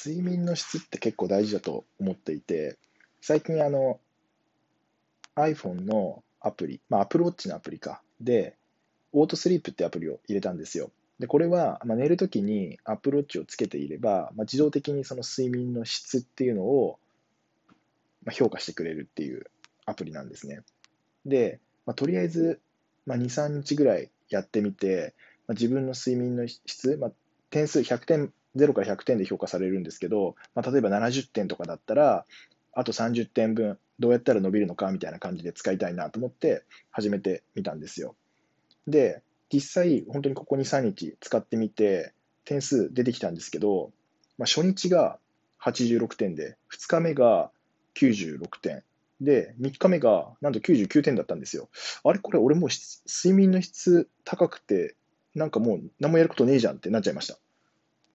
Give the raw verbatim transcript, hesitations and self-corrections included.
睡眠の質って結構大事だと思っていて、最近あの iPhone のアプリ、まあ Apple Watch のアプリか、で、オートスリープってアプリを入れたんですよ。で、これは、まあ、寝るときに Apple Watch をつけていれば、まあ、自動的にその睡眠の質っていうのをまあ評価してくれるっていうアプリなんですね。で、まあ、とりあえず、まあ、に、さんにちぐらいやってみて、まあ、自分の睡眠の質、まあ、点数ひゃくてん、ゼロからひゃくてんで評価されるんですけど、まあ、例えばななじゅってんとかだったら、あとさんじゅってんぶん、どうやったら伸びるのかみたいな感じで使いたいなと思って始めてみたんですよ。で、実際、本当にここに、さんにち使ってみて、点数出てきたんですけど、まあ、初日がはちじゅうろくてんで、ふつかめがきゅうじゅうろくてん、で、みっかめがなんときゅうじゅうきゅうてんだったんですよ。あれ、これ俺もう睡眠の質高くて、なんかもう何もやることねえじゃんってなっちゃいました。